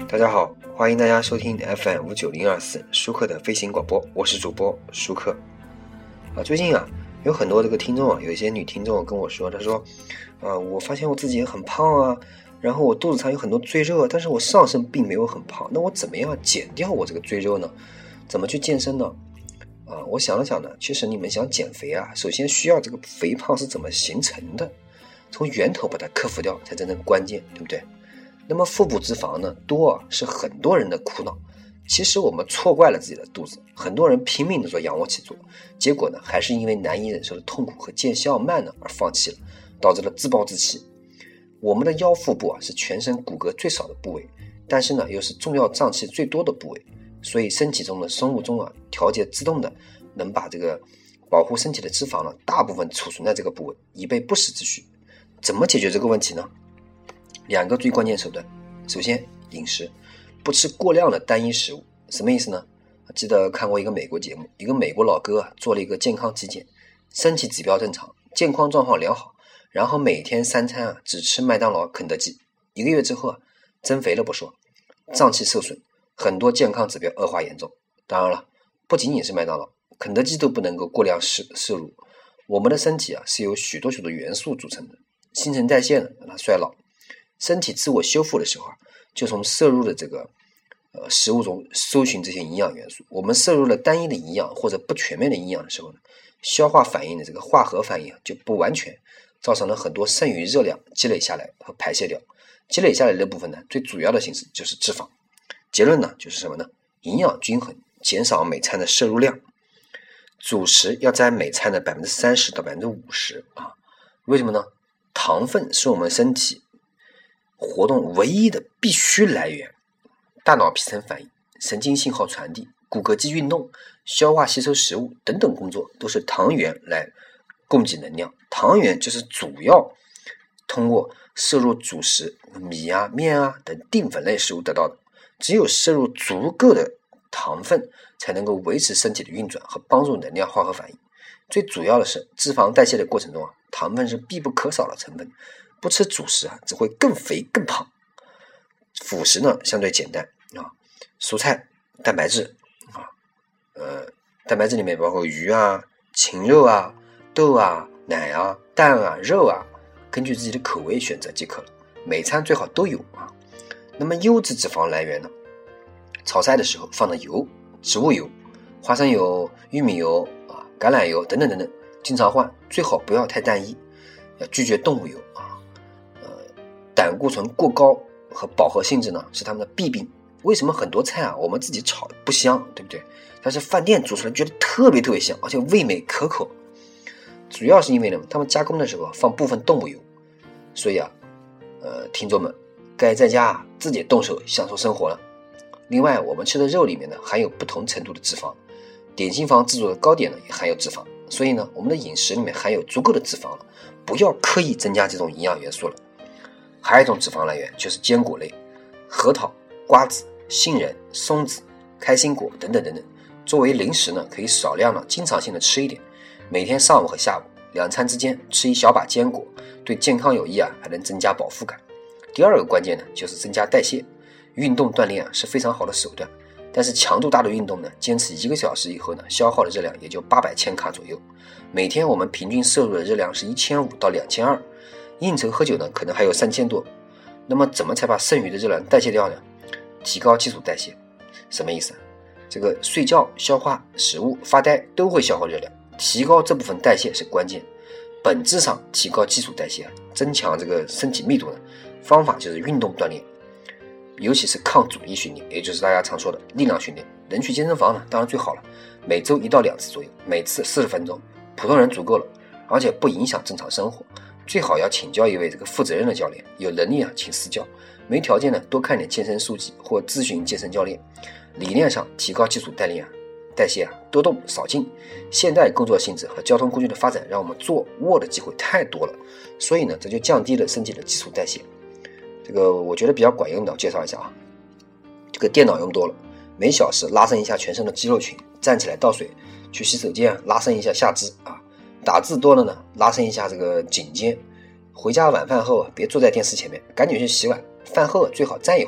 大家好，欢迎大家收听 FM59024 舒克的飞行广播，我是主播舒克。最近有很多这个听众有一些女听众跟我说，她说我发现我自己很胖啊，然后我肚子上有很多赘肉，但是我上身并没有很胖，那我怎么样减掉我这个赘肉呢？怎么去健身呢？我想了想呢，其实你们想减肥首先需要这个肥胖是怎么形成的，从源头把它克服掉才真正关键，对不对？那么腹部脂肪呢多是很多人的苦恼，其实我们错怪了自己的肚子，很多人拼命的做仰卧起坐，结果呢还是因为难以忍受的痛苦和见效慢呢而放弃了，导致了自暴自弃。我们的腰腹部是全身骨骼最少的部位，但是呢又是重要脏器最多的部位，所以身体中的生物钟调节自动的能把这个保护身体的脂肪呢大部分储存在这个部位，以备不时之需。怎么解决这个问题呢？两个最关键手段。首先，饮食，不吃过量的单一食物。什么意思呢？记得看过一个美国节目，一个美国老哥做了一个健康体检，身体指标正常，健康状况良好，然后每天3餐只吃麦当劳、肯德基。1个月之后增肥了不说，脏器受损，很多健康指标恶化严重。当然了，不仅仅是麦当劳、肯德基都不能够过量摄入。我们的身体是由许多元素组成的，新陈代谢呢让它衰老，身体自我修复的时候就从摄入的这个食物中搜寻这些营养元素。我们摄入了单一的营养或者不全面的营养的时候呢，消化反应的这个化合反应就不完全，造成了很多剩余热量积累下来和排泄掉。积累下来的部分呢，最主要的形式就是脂肪。结论呢就是什么呢？营养均衡，减少每餐的摄入量，主食要占每餐的30%到50%为什么呢？糖分是我们身体活动唯一的必须来源，大脑皮层反应、神经信号传递、骨骼肌运动、消化吸收食物等等工作都是糖原来供给能量。糖原就是主要通过摄入主食米面等淀粉类食物得到的。只有摄入足够的糖分才能够维持身体的运转和帮助能量化合反应。最主要的是脂肪代谢的过程中糖分是必不可少的成分，不吃主食只会更肥更胖。辅食呢相对简单蔬菜、蛋白质蛋白质里面包括鱼禽肉豆奶蛋肉根据自己的口味选择即可了，每餐最好都有那么优质脂肪来源呢，炒菜的时候放的油，植物油、花生油、玉米油橄榄油等等等等，经常换，最好不要太单一，要拒绝动物油胆固醇过高和饱和性质呢是他们的弊病。为什么很多菜我们自己炒不香，对不对？但是饭店煮出来觉得特别香，而且味美可口，主要是因为呢他们加工的时候放部分动物油。所以听众们该在家自己动手享受生活了。另外，我们吃的肉里面呢含有不同程度的脂肪，点心房制作的糕点呢也含有脂肪，所以呢我们的饮食里面含有足够的脂肪了，不要刻意增加这种营养元素了。还有一种脂肪来源就是坚果类，核桃、瓜子、杏仁、松子、开心果等等等等。作为零食呢，可以少量的经常性的吃一点，每天上午和下午2餐之间吃一小把坚果，对健康有益还能增加饱腹感。第二个关键呢就是增加代谢，运动锻炼是非常好的手段，但是强度大的运动呢，坚持1个小时以后呢，消耗的热量也就800千卡左右，每天我们平均摄入的热量是1500到2200，应酬喝酒呢可能还有3000多。那么怎么才把剩余的热量代谢掉呢？提高基础代谢。什么意思？这个睡觉、消化食物、发呆都会消耗热量，提高这部分代谢是关键。本质上提高基础代谢，增强这个身体密度呢，方法就是运动锻炼，尤其是抗阻力训练，也就是大家常说的力量训练。能去健身房呢当然最好了，每周1到2次左右，每次40分钟，普通人足够了，而且不影响正常生活。最好要请教一位这个负责任的教练，有能力请私教，没条件呢多看点健身书籍或咨询健身教练。理念上提高基础代谢多动少静。现代工作性质和交通工具的发展让我们坐卧的机会太多了，所以呢这就降低了身体的基础代谢。这个我觉得比较管用的，我介绍一下这个电脑用多了，每小时拉伸一下全身的肌肉群，站起来倒水，去洗手间拉伸一下下肢打字多了呢，拉伸一下这个颈肩。回家晚饭后别坐在电视前面，赶紧去洗碗，饭后最好站一会儿，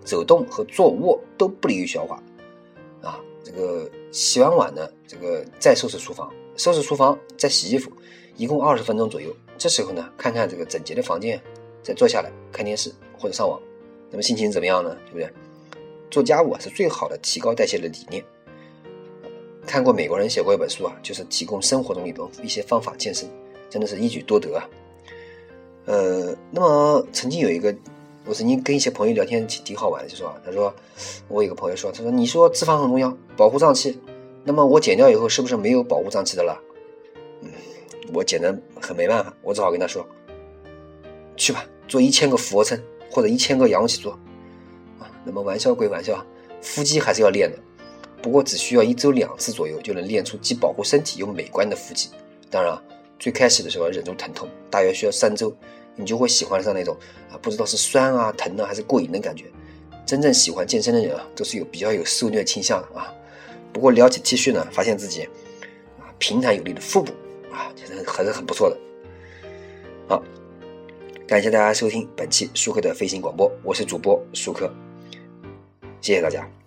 走动和坐卧都不利于消化啊。这个洗完碗呢，这个再收拾厨房，收拾厨房再洗衣服，一共20分钟左右。这时候呢，看看这个整洁的房间，再坐下来看电视或者上网，那么心情怎么样呢？对不对？做家务是最好的提高代谢的理念。看过美国人写过一本书就是提供生活中的一些方法健身，真的是一举多得啊。那么我曾经跟一些朋友聊天挺好玩的，就说他说我有个朋友说，他说你说脂肪很重要，保护脏器，那么我减掉以后是不是没有保护脏器的了？我减得很没办法，我只好跟他说，去吧，做1000个俯卧撑或者1000个仰卧起坐那么玩笑归玩笑，腹肌还是要练的，不过只需要1周2次左右就能练出既保护身体又美观的腹肌。当然最开始的时候要忍住疼痛，大约需要3周，你就会喜欢上那种不知道是酸疼还是过瘾的感觉。真正喜欢健身的人都是比较有受虐倾向的不过撩起 T 恤呢，发现自己平坦有力的腹部其实还是很不错的。好，感谢大家收听本期舒克的飞行广播，我是主播舒克，谢谢大家。